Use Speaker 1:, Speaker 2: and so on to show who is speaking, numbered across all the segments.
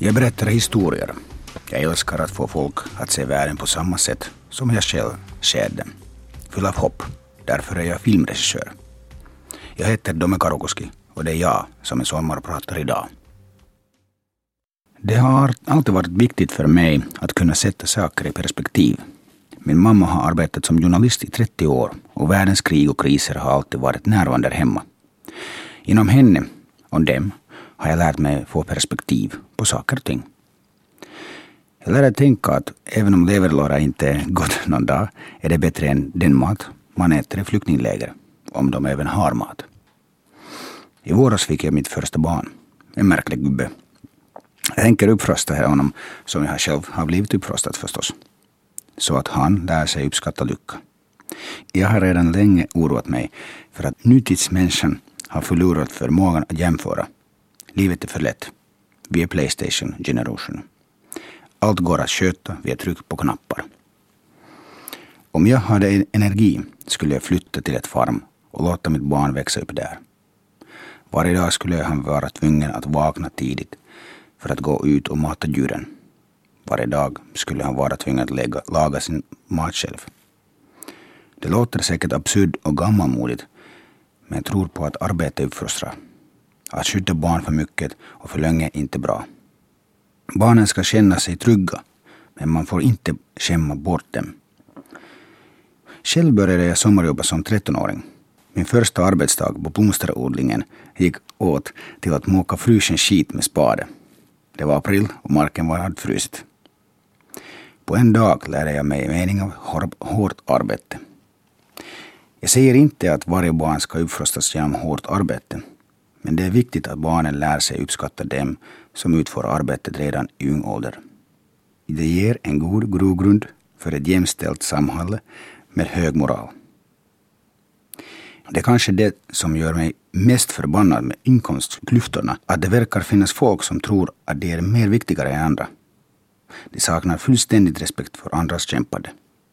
Speaker 1: Jag berättar historier. Jag älskar att få folk att se världen på samma sätt som jag själv ser den. Full av hopp. Därför är jag filmregissör. Jag heter Dome Karokoski och det är jag som är sommarpratar idag. Det har alltid varit viktigt för mig att kunna sätta saker i perspektiv. Min mamma har arbetat som journalist i 30 år och världens krig och kriser har alltid varit närvarande hemma. Inom henne och dem har jag lärt mig få perspektiv på saker och ting. Jag lärde tänka att även om leverlåda inte är gott någon dag är det bättre än den mat man äter i flyktingläger, om de även har mat. I våras fick jag mitt första barn, en märklig gubbe. Jag tänker uppfrösta honom som jag själv har blivit uppfröstad förstås, så att han lär sig uppskatta lycka. Jag har redan länge oroat mig för att nutidsmänniskan har förlorat förmågan att jämföra. Livet är för lätt. Vi är PlayStation generation. Allt går att sköta via tryck på knappar. Om jag hade energi skulle jag flytta till ett farm och låta mitt barn växa upp där. Varje dag skulle han vara tvungen att vakna tidigt för att gå ut och mata djuren. Varje dag skulle han vara tvungen att laga sin mat själv. Det låter säkert absurd och gammalmodigt, men jag tror på att arbeta uppfostrar. Att skydda barn för mycket och för länge är inte bra. Barnen ska känna sig trygga, men man får inte skämma bort dem. Själv började jag sommarjobba som 13-åring. Min första arbetsdag på blomsterodlingen gick åt till att måka frusen skit med spade. Det var april och marken hade frusit. På en dag lärde jag mig mening av hårt arbete. Jag säger inte att varje barn ska uppfostras genom hårt arbete, men det är viktigt att barnen lär sig uppskatta dem som utför arbetet redan i ung ålder. Det ger en god grogrund för ett jämställt samhälle med hög moral. Det är kanske det som gör mig mest förbannad med inkomstklyftorna, att det verkar finnas folk som tror att det är mer viktigare än andra. De saknar fullständigt respekt för andras kämpande.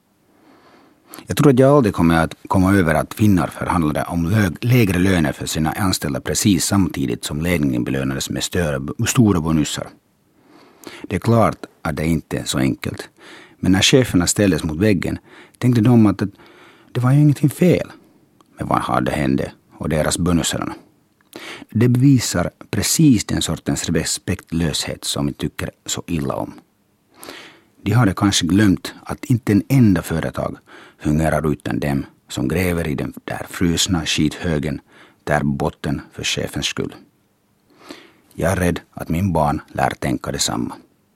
Speaker 1: Jag tror att jag aldrig kommer att komma över att finnar förhandlade om lägre löner för sina anställda precis samtidigt som ledningen belönades med stora bonusar. Det är klart att det inte är så enkelt, men när cheferna ställdes mot väggen tänkte de att det var ju ingenting fel med vad hade hände och deras bonusarna. Det bevisar precis den sortens respektlöshet som vi tycker så illa om. De hade kanske glömt att inte en enda företag fungerar utan dem som gräver i den där frusna skithögen där botten för chefens skull. Jag är rädd att min barn lär tänka detsamma.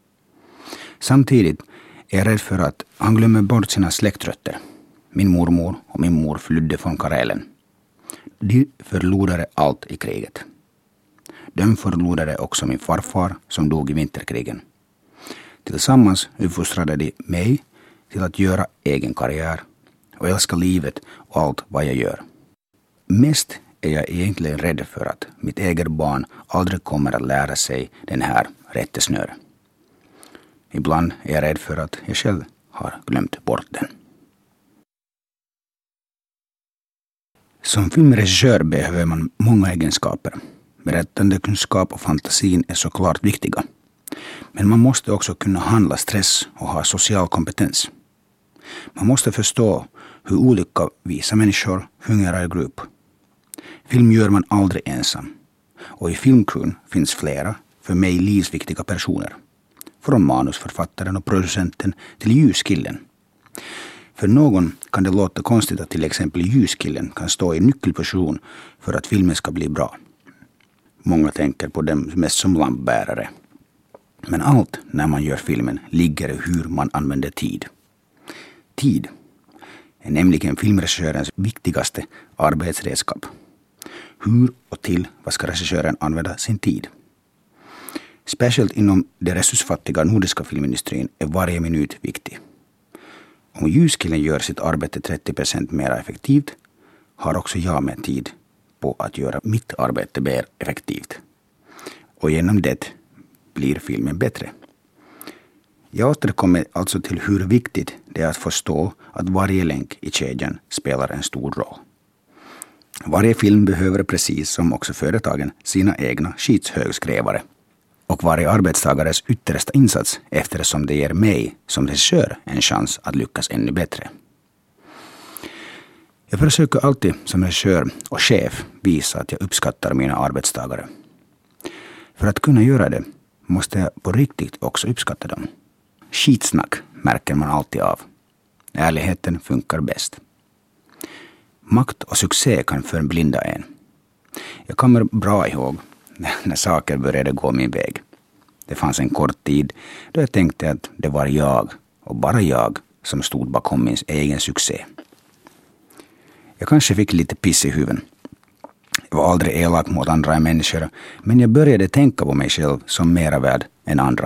Speaker 1: Samtidigt är jag rädd för att han glömmer bort sina släktrötter. Min mormor och min mor flydde från Karelen. De förlorade allt i kriget. De förlorade också min farfar som dog i vinterkrigen. Tillsammans uppfostrade de mig till att göra egen karriär och älska livet och allt vad jag gör. Mest är jag egentligen rädd för att mitt eget barn aldrig kommer att lära sig den här rättesnöret. Ibland är jag rädd för att jag själv har glömt bort den. Som filmregissör behöver man många egenskaper. Berättandekunskap och fantasin är såklart viktiga. Men man måste också kunna handla stress och ha social kompetens. Man måste förstå hur olika vissa människor fungerar i grupp. Film gör man aldrig ensam. Och i filmkron finns flera, för mig livsviktiga personer. Från manusförfattaren och producenten till ljuskillen. För någon kan det låta konstigt att till exempel ljuskillen kan stå i nyckelposition för att filmen ska bli bra. Många tänker på dem mest som lampbärare. Men allt när man gör filmen ligger i hur man använder tid. Tid är nämligen filmregissörens viktigaste arbetsredskap. Hur och till vad ska regissören använda sin tid? Speciellt inom den resursfattiga nordiska filmindustrin är varje minut viktig. Om ljuskillen gör sitt arbete 30% mer effektivt har också jag med tid på att göra mitt arbete mer effektivt. Och genom det blir filmen bättre. Jag återkommer alltså till hur viktigt det är att förstå att varje länk i kedjan spelar en stor roll. Varje film behöver precis som också företagen sina egna skitshögskrävare. och varje arbetstagares yttersta insats eftersom det ger mig som regissör en chans att lyckas ännu bättre. Jag försöker alltid som regissör och chef visa att jag uppskattar mina arbetstagare. För att kunna göra det måste jag på riktigt också uppskatta dem. Skitsnack märker man alltid av. Ärligheten funkar bäst. Makt och succé kan förblinda en. Jag kommer bra ihåg när saker började gå min väg. Det fanns en kort tid då jag tänkte att det var jag och bara jag som stod bakom min egen succé. Jag kanske fick lite piss i huvudet. Jag var aldrig elak mot andra människor, men jag började tänka på mig själv som mera värd än andra.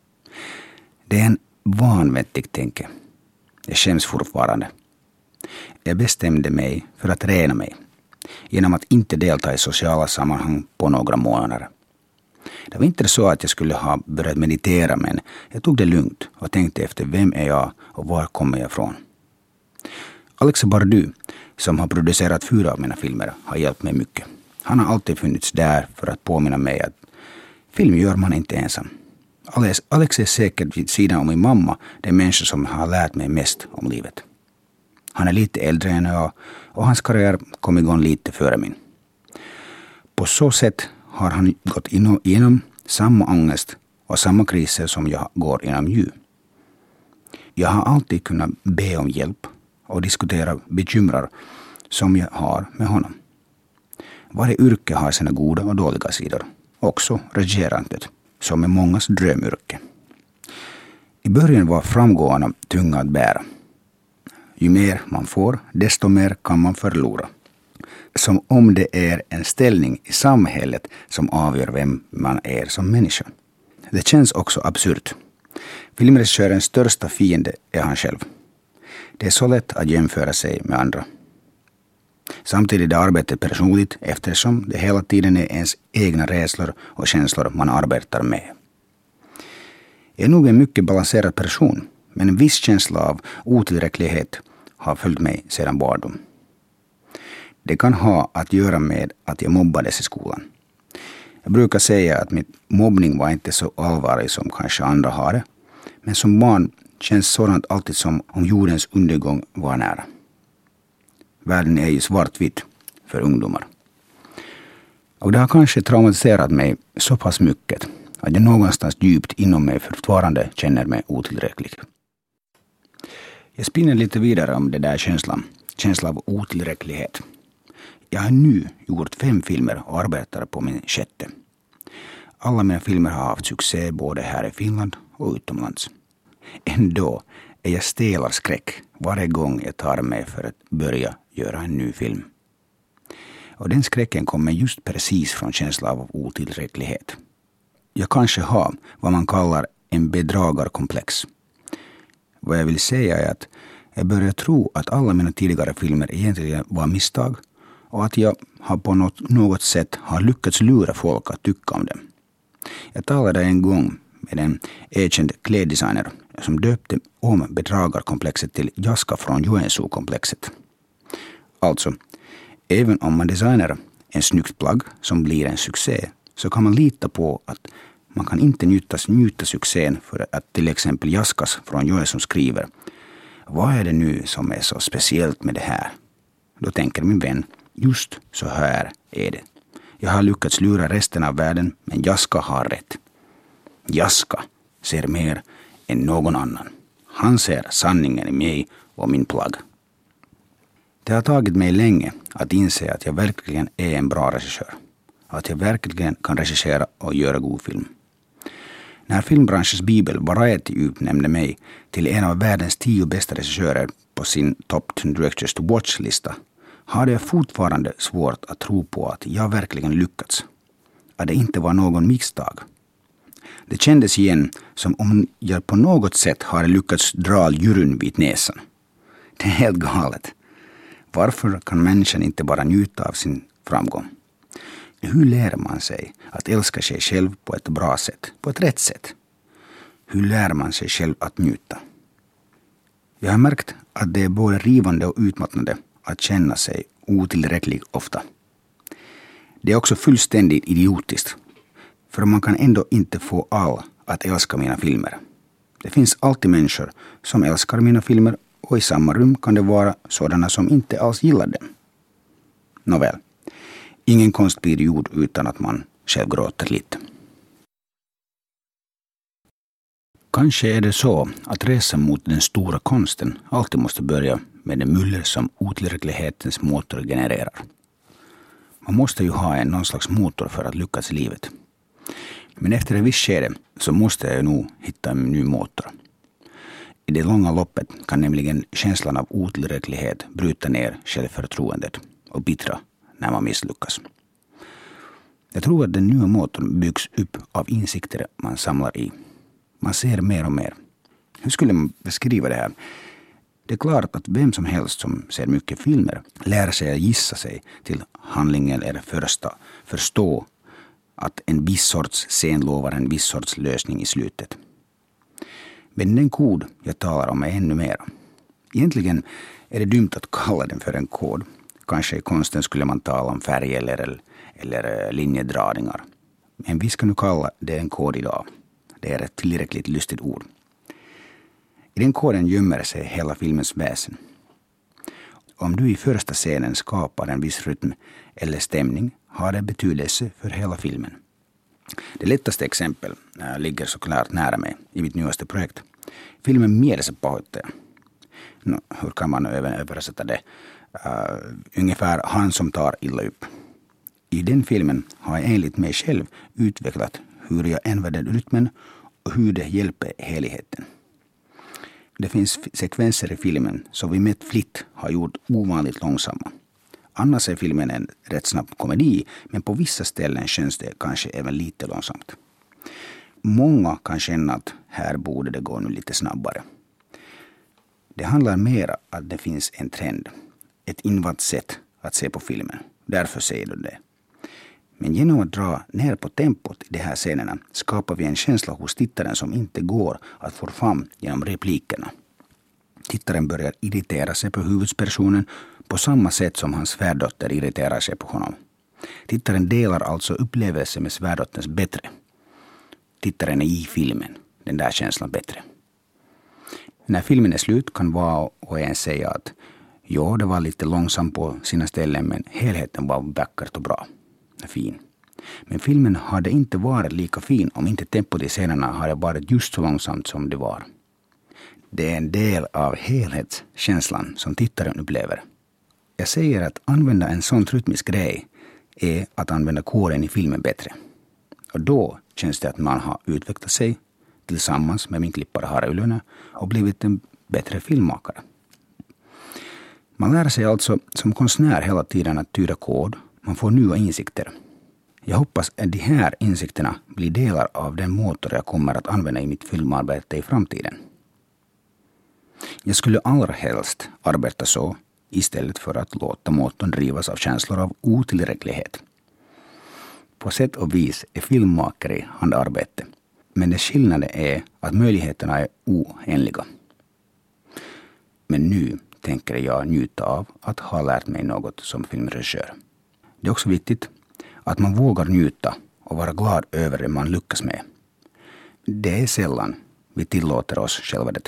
Speaker 1: Det är en vanvettig tänke. Jag skäms fortfarande. Jag bestämde mig för att träna mig genom att inte delta i sociala sammanhang på några månader. Det var inte så att jag skulle ha börjat meditera, men jag tog det lugnt och tänkte efter vem är jag och var kommer jag ifrån. Alex Bardu, som har producerat 4 av mina filmer, har hjälpt mig mycket. Han har alltid funnits där för att påminna mig att film gör man inte ensam. Alex är säkert vid sidan om min mamma den människa som har lärt mig mest om livet. Han är lite äldre än jag och hans karriär kom igång lite före min. På så sätt har han gått igenom samma ångest och samma kriser som jag går igenom nu. Jag har alltid kunnat be om hjälp och diskutera bekymrar som jag har med honom. Varje yrke har sina goda och dåliga sidor. Också regerandet, som är mångas drömyrke. I början var framgångarna tunga att bära. Ju mer man får, desto mer kan man förlora. Som om det är en ställning i samhället som avgör vem man är som människa. Det känns också absurt. Filmregissörens största fiende är han själv. Det är så lätt att jämföra sig med andra. Samtidigt är arbetet personligt eftersom det hela tiden är ens egna rädslor och känslor man arbetar med. Jag är nog en mycket balanserad person, men en viss känsla av otillräcklighet har följt mig sedan barndom. Det kan ha att göra med att jag mobbades i skolan. Jag brukar säga att min mobbning var inte så allvarlig som kanske andra har det, men som barn känns sådant alltid som om jordens undergång var nära. Världen är ju svartvitt för ungdomar. Och det har kanske traumatiserat mig så pass mycket att jag någonstans djupt inom mig fortfarande känner mig otillräcklig. Jag spinner lite vidare om det där känslan av otillräcklighet. Jag har nu gjort 5 filmer och arbetar på min 6:e. Alla mina filmer har haft succé både här i Finland och utomlands. Ändå är jag stel av skräck varje gång jag tar mig för att börja göra en ny film. Och den skräcken kommer just precis från känslan av otillräcklighet. Jag kanske har vad man kallar en bedragarkomplex. Vad jag vill säga är att jag börjar tro att alla mina tidigare filmer egentligen var misstag och att jag har på något sätt har lyckats lura folk att tycka om dem. Jag talade en gång med en erkänd kläddesigner som döpte om bedragarkomplexet till Jaska från Joensuu-komplexet. Alltså, även om man designar en snyggt plagg som blir en succé så kan man lita på att man kan inte njuta succén för att till exempel Jaskas från Joensuu skriver: vad är det nu som är så speciellt med det här? Då tänker min vän, just så här är det. Jag har lyckats lura resten av världen, men Jaska har rätt. Jaska ser mer än någon annan. Han ser sanningen i mig och min plagg. Det har tagit mig länge att inse att jag verkligen är en bra regissör. Att jag verkligen kan regissera och göra god film. När filmbranschens bibel Variety utnämnde mig till en av världens 10 bästa regissörer på sin Top 10 Directors to Watch-lista hade jag fortfarande svårt att tro på att jag verkligen lyckats. Att det inte var någon misstag. Det kändes igen som om jag på något sätt hade lyckats dra juryn vid näsan. Det är helt galet. Varför kan människan inte bara njuta av sin framgång? Hur lär man sig att älska sig själv på ett bra sätt, på ett rätt sätt? Hur lär man sig själv att njuta? Jag har märkt att det är både rivande och utmattande att känna sig otillräcklig ofta. Det är också fullständigt idiotiskt. För man kan ändå inte få alla att älska mina filmer. Det finns alltid människor som älskar mina filmer och i samma rum kan det vara sådana som inte alls gillar dem. Nåväl, ingen konst blir gjord utan att man själv gråter lite. Kanske är det så att resan mot den stora konsten alltid måste börja med det muller som otillräcklighetens motor genererar. Man måste ju ha någon slags motor för att lyckas i livet. Men efter ett visst skede så måste jag nog hitta en ny motor. I det långa loppet kan nämligen känslan av otillräcklighet bryta ner självförtroendet och bittra när man misslyckas. Jag tror att den nya motorn byggs upp av insikter man samlar i. Man ser mer och mer. Hur skulle man beskriva det här? Det är klart att vem som helst som ser mycket filmer lär sig att gissa sig till handlingen eller förstå att en viss sorts scen lovar en viss sorts lösning i slutet. Men den kod jag talar om är ännu mer. Egentligen är det dumt att kalla den för en kod. Kanske i konsten skulle man tala om färger eller linjedragningar. Men vi ska nu kalla det en kod idag. Det är ett tillräckligt lustigt ord. I den koden gömmer sig hela filmens väsen. Om du i första scenen skapar en viss rytm eller stämning har det betydelse för hela filmen. Det lättaste exempel ligger såklart nära mig i mitt nyaste projekt. Filmen Mielenpahoittaja. Hur kan man översätta det? Ungefär han som tar illa upp. I den filmen har jag enligt mig själv utvecklat hur jag använder rytmen och hur det hjälper helheten. Det finns sekvenser i filmen som vi med flit har gjort ovanligt långsamma. Annars är filmen en rätt snabb komedi, men på vissa ställen känns det kanske även lite långsamt. Många kan känna att här borde det gå nu lite snabbare. Det handlar mer om att det finns en trend, ett invant sätt att se på filmen. Därför säger du det. Men genom att dra ner på tempot i de här scenerna skapar vi en känsla hos tittaren som inte går att få fram genom replikerna. Tittaren börjar irritera sig på huvudpersonen på samma sätt som hans svärdotter irriterar sig på honom. Tittaren delar alltså upplevelsen med svärdotterns bättre. Tittaren är i filmen, den där känslan bättre. När filmen är slut kan var och en säga att ja, det var lite långsamt på sina ställen men helheten var vackert och bra. Fin. Men filmen hade inte varit lika fin om inte tempot i scenerna hade varit just så långsamt som det var. Det är en del av helhetskänslan som tittaren upplever. Jag säger att använda en sån rytmisk grej är att använda koden i filmen bättre. Och då känns det att man har utvecklat sig tillsammans med min klippare Harry Ylönen och blivit en bättre filmmakare. Man lär sig alltså som konstnär hela tiden att tyda kod. Man får nya insikter. Jag hoppas att de här insikterna blir delar av den motor jag kommer att använda i mitt filmarbete i framtiden. Jag skulle allra helst arbeta så istället för att låta motorn drivas av känslor av otillräcklighet. På sätt och vis är filmmakeri handarbete. Men det skillnaden är att möjligheterna är oändliga. Men nu tänker jag njuta av att ha lärt mig något som filmregissör. Det är också viktigt att man vågar njuta och vara glad över det man lyckas med. Det är sällan vi tillåter oss själva det.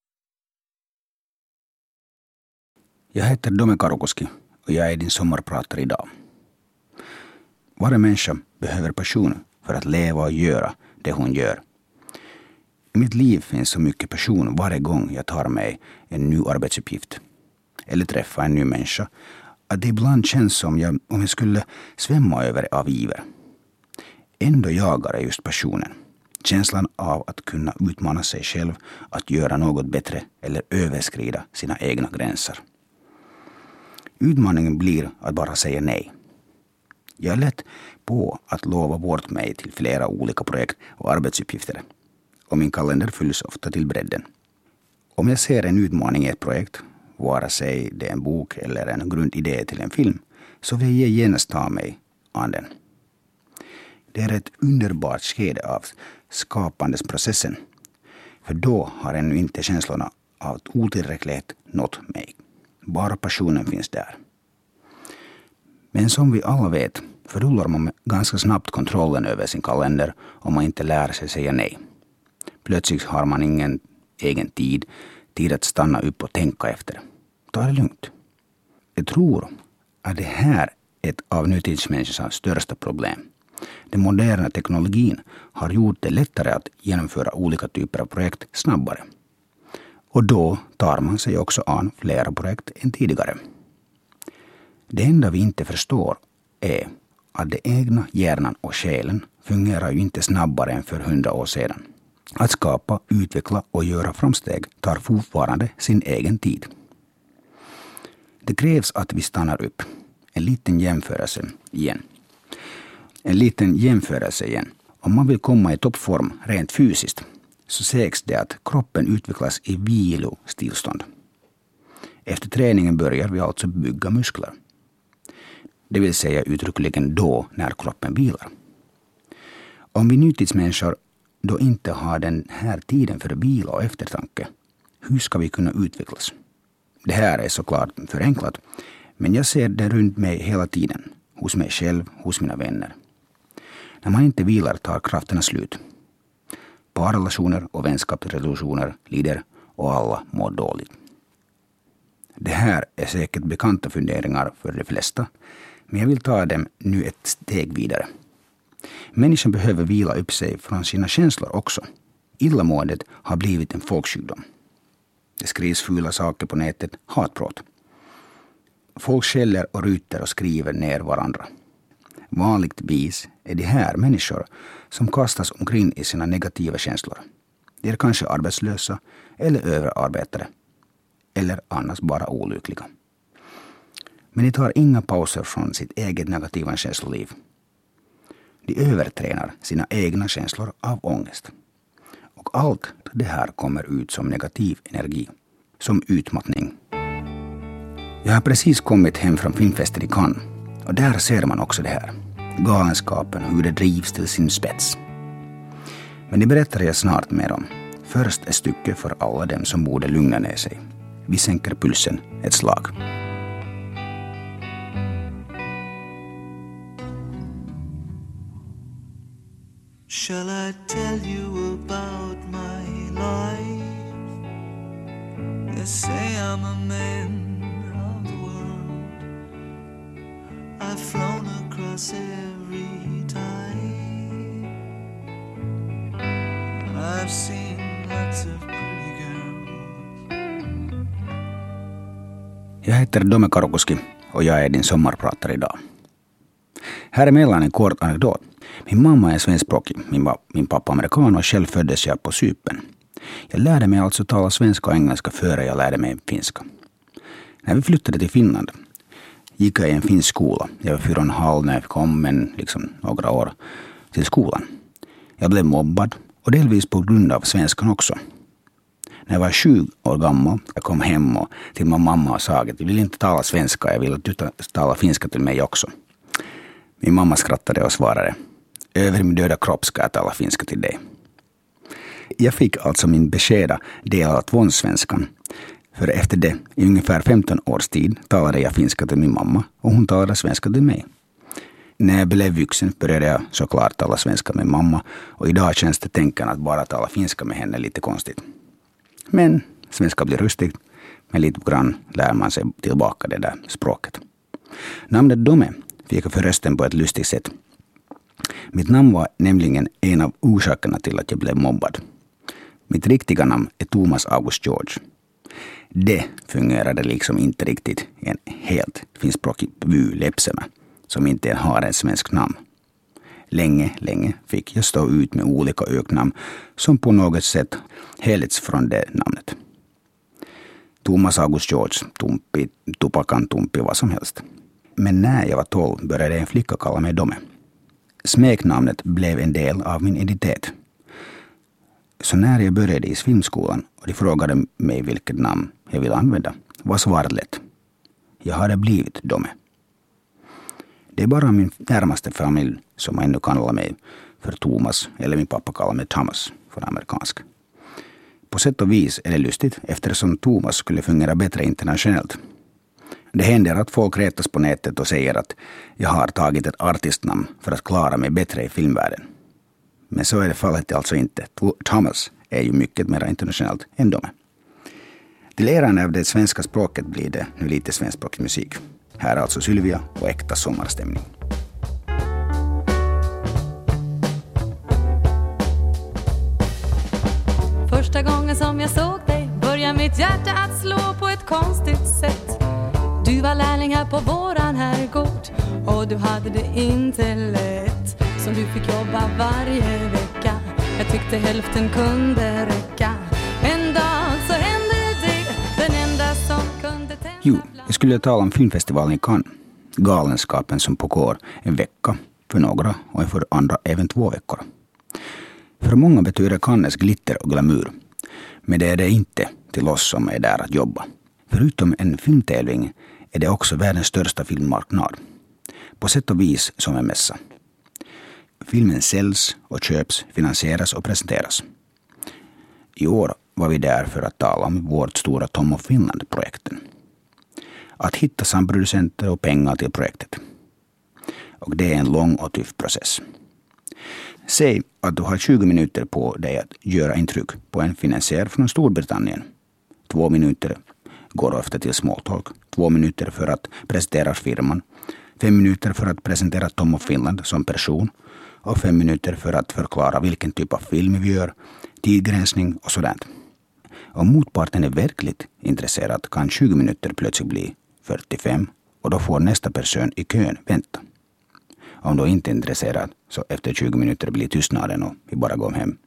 Speaker 1: Jag heter Dome Karukoski och jag är din sommarpratare idag. Varje människa behöver passion för att leva och göra det hon gör. I mitt liv finns så mycket passion varje gång jag tar mig en ny arbetsuppgift eller träffar en ny människa att det ibland känns som om jag skulle svämma över av iver. Ändå jagar jag just passionen. Känslan av att kunna utmana sig själv, att göra något bättre eller överskrida sina egna gränser. Utmaningen blir att bara säga nej. Jag är lätt på att lova bort mig till flera olika projekt och arbetsuppgifter. Och min kalender fylls ofta till bredden. Om jag ser en utmaning i ett projekt, vare sig det är en bok eller en grundidé till en film, så vill jag genast ta mig an den. Det är ett underbart skede av skapandesprocessen. För då har ännu inte känslorna av otillräcklighet nått mig. Bara passionen finns där. Men som vi alla vet förlorar man ganska snabbt kontrollen över sin kalender om man inte lär sig säga nej. Plötsligt har man ingen egen tid att stanna upp och tänka efter. Ta det lugnt. Jag tror att det här är ett av nutidsmänniskans största problem. Den moderna teknologin har gjort det lättare att genomföra olika typer av projekt snabbare. Och då tar man sig också an flera projekt än tidigare. Det enda vi inte förstår är att det egna hjärnan och själen fungerar ju inte snabbare än för 100 år sedan. Att skapa, utveckla och göra framsteg tar fortfarande sin egen tid. Det krävs att vi stannar upp. En liten jämförelse igen. Om man vill komma i toppform rent fysiskt så sägs det att kroppen utvecklas i vilostillstånd. Efter träningen börjar vi alltså bygga muskler. Det vill säga uttryckligen då när kroppen vilar. Om vi nutidsmänniskor då inte har den här tiden för vila och eftertanke, hur ska vi kunna utvecklas? Det här är såklart förenklat, men jag ser det runt mig hela tiden. Hos mig själv, hos mina vänner. När man inte vilar tar krafterna slut. Parrelationer och vänskapsrelationer lider och alla mår dåligt. Det här är säkert bekanta funderingar för de flesta, men jag vill ta dem nu ett steg vidare. Människan behöver vila upp sig från sina känslor också. Illamåendet har blivit en folksjukdom. Det skrivs fula saker på nätet, hatbrott. Folk skäller och ryter och skriver ner varandra. Vanligtvis är det här människor som kastas omkring i sina negativa känslor. De är kanske arbetslösa eller överarbetare. Eller annars bara olyckliga. Men de tar inga pauser från sitt eget negativa känsloliv. De övertränar sina egna känslor av ångest. Och allt det här kommer ut som negativ energi. Som utmattning. Jag har precis kommit hem från filmfesten i Cannes. Och där ser man också det här. Galenskapen och hur det drivs till sin spets. Men det berättar jag snart mer om. Först ett stycke för alla dem som borde lugna ner sig. Vi sänker pulsen ett slag.
Speaker 2: Shall I tell you about my life? They say I'm a man of the world. I've flown across every tide. I've seen lots of pretty girls.
Speaker 1: Jag heter Dome Karokoski och jag är din sommarpratare idag. Här emellan en kort anekdot. Min mamma är svenskspråkig, min pappa amerikan och själv föddes jag på Cypern. Jag lärde mig alltså tala svenska och engelska före jag lärde mig finska. När vi flyttade till Finland gick jag i en finsk skola. Jag var 4,5 när jag kom, men några år till skolan. Jag blev mobbad och delvis på grund av svenskan också. När jag var 20 år gammal, jag kom hem och till min mamma och sa att jag vill inte tala svenska, jag vill att du talar finska till mig också. Min mamma skrattade och svarade: över min döda kropp ska jag tala finska till dig. Jag fick alltså min beskeda del av tvångssvenskan. För efter det, i ungefär 15 års tid, talade jag finska till min mamma och hon talade svenska till mig. När jag blev vuxen började jag såklart tala svenska med mamma och idag känns det tänkan att bara tala finska med henne lite konstigt. Men svenska blir rustigt, men lite grann lär man sig tillbaka det där språket. Namnet Dome fick jag förresten på ett lustigt sätt. Mitt namn var nämligen en av orsakerna till att jag blev mobbad. Mitt riktiga namn är Thomas August George. Det fungerade inte riktigt i en helt finskspråkig by Lepsemä som inte har en svensk namn. Länge fick jag stå ut med olika öknamn som på något sätt helits från det namnet. Thomas August George, Tumpi, Tupakan Tumpi, vad som helst. Men när jag var 12 började en flicka kalla mig Dome. Smeknamnet blev en del av min identitet. Så när jag började i filmskolan och de frågade mig vilket namn jag ville använda var svaret lätt. Jag hade blivit Dome. Det är bara min närmaste familj som ännu kallar mig för Thomas eller min pappa kallar mig Thomas för amerikansk. På sätt och vis är det lustigt eftersom Thomas skulle fungera bättre internationellt. Det händer att folk retas på nätet och säger att jag har tagit ett artistnamn för att klara mig bättre i filmvärlden. Men så är det fallet alltså inte. Thomas är ju mycket mer internationellt än de. Till eran av det svenska språket blir det nu lite svenskspråkig musik. Här är alltså Sylvia och äkta sommarstämning.
Speaker 3: Första gången som jag såg dig började mitt hjärta att slå på ett konstigt sätt. Du var lärling här på våran herrgård och du hade det inte lätt. Som du fick jobba varje vecka. Jag tyckte hälften kunde räcka. En dag så hände det, den enda som kunde tända.
Speaker 1: Jo, jag skulle tala om filmfestivalen i Cannes. Galenskapen som pågår en vecka för några och för andra även 2 veckor. För många betyder Cannes glitter och glamour. Men det är det inte till oss som är där att jobba. Förutom en filmtävling är det också världens största filmmarknad. På sätt och vis som en mässa. Filmen säljs och köps, finansieras och presenteras. I år var vi där för att tala om vårt stora Tom of Finland-projekten. Att hitta samproducenter och pengar till projektet. Och det är en lång och tuff process. Säg att du har 20 minuter på dig att göra intryck på en finansiär från Storbritannien. 2 minuter går ofta till smalltalk. 2 minuter för att presentera firman. 5 minuter för att presentera Tom of Finland som person. Och 5 minuter för att förklara vilken typ av film vi gör, tidgränsning och sådant. Om motparten är verkligt intresserad kan 20 minuter plötsligt bli 45 och då får nästa person i kön vänta. Om du inte är intresserad så efter 20 minuter blir tystnaden och vi bara går hem.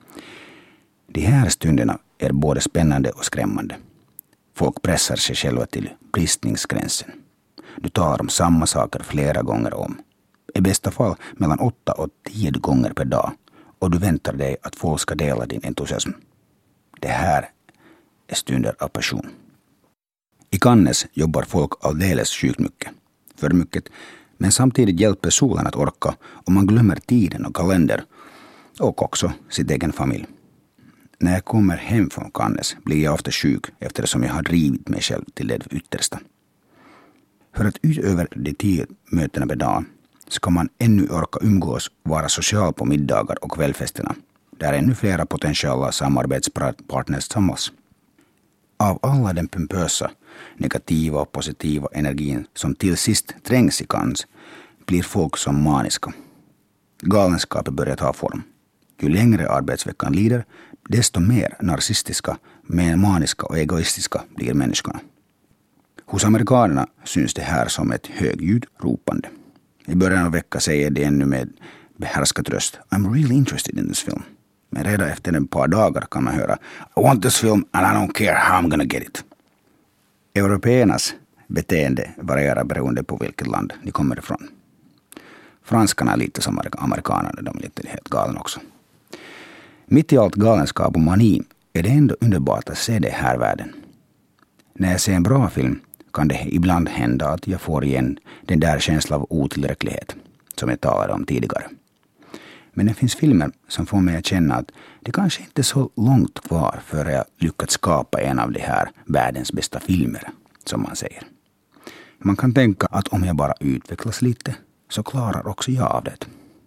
Speaker 1: De här stunderna är både spännande och skrämmande. Folk pressar sig själva till bristningsgränsen. Du talar om samma saker flera gånger om. I bästa fall mellan 8 och 10 gånger per dag. Och du väntar dig att folk ska dela din entusiasm. Det här är stunder av passion. I Cannes jobbar folk alldeles sjukt mycket. För mycket. Men samtidigt hjälper solen att orka och man glömmer tiden och kalender. Och också sitt egen familj. När jag kommer hem från Cannes blir jag ofta sjuk eftersom jag har drivit mig själv till det yttersta. För att utöver de 10 mötena per dag ska man ännu orka umgås och vara social på middagar och kvällfesterna. Där ännu flera potentiella samarbetspartners samlas. Av alla den pompösa, negativa och positiva energin som till sist trängs i Cannes blir folk som maniska. Galenskapen börjar ta form. Ju längre arbetsveckan lider, desto mer narcissistiska, mer maniska och egoistiska blir människorna. Hos amerikanerna syns det här som ett högljudd ropande. I början av veckan säger de ännu med behärskat röst I'm really interested in this film. Men redan efter ett par dagar kan man höra I want this film and I don't care how I'm gonna get it. Européernas beteende varierar beroende på vilket land de kommer ifrån. Franskarna är lite som amerikanerna, de är lite helt galna också. Mitt i allt galenskap och mani är det ändå underbart att se det här världen. När jag ser en bra film kan det ibland hända att jag får igen den där känslan av otillräcklighet som jag talade om tidigare. Men det finns filmer som får mig att känna att det kanske inte är så långt kvar för jag lyckats skapa en av de här världens bästa filmer, som man säger. Man kan tänka att om jag bara utvecklas lite så klarar också jag av det.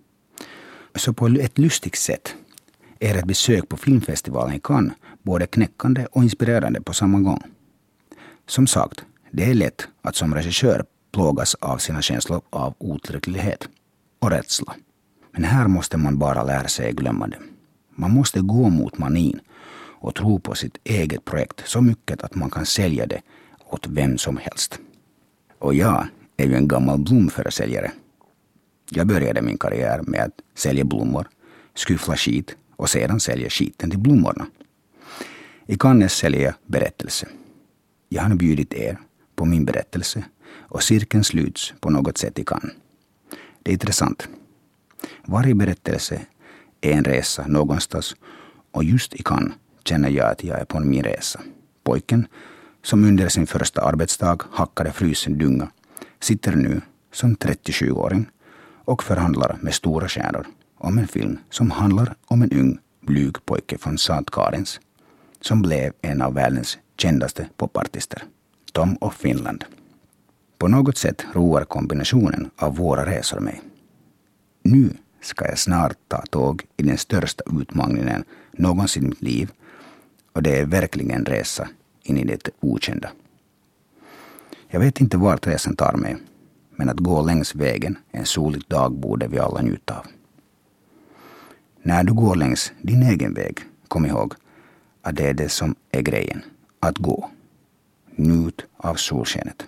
Speaker 1: Så på ett lustigt sätt är ett besök på filmfestivalen i Cannes både knäckande och inspirerande på samma gång. Som sagt, det är lätt att som regissör plågas av sina känslor av otillräcklighet och rädsla. Men här måste man bara lära sig glömma det. Man måste gå mot manin och tro på sitt eget projekt så mycket att man kan sälja det åt vem som helst. Och jag är ju en gammal blomförsäljare. Jag började min karriär med att sälja blommor, skyffla skit och sedan sälja skiten till blommorna. I Cannes säljer jag berättelse. Jag har nu bjudit er på min berättelse och cirkeln sluts på något sätt i Cannes. Det är intressant. Varje berättelse är en resa någonstans och just i Cannes känner jag att jag är på min resa. Pojken som under sin första arbetsdag hackade frusen dunga sitter nu som 37-åring och förhandlar med stora stjärnor om en film som handlar om en ung blyg pojke från St. Karins som blev en av världens kändaste popartister, Tom of Finland. På något sätt roar kombinationen av våra resor mig. Nu ska jag snart ta tåg i den största utmaningen någonsin i mitt liv, och det är verkligen en resa in i det okända. Jag vet inte vart resan tar mig, men att gå längs vägen en solig dag borde vi alla njuta av. När du går längs din egen väg, kom ihåg att det är det som är grejen, att gå. Njut av solskenet.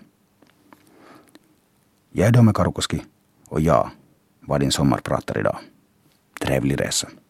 Speaker 1: Jag är Dome Karukoski och jag var din sommarpratare idag. Trevlig resa.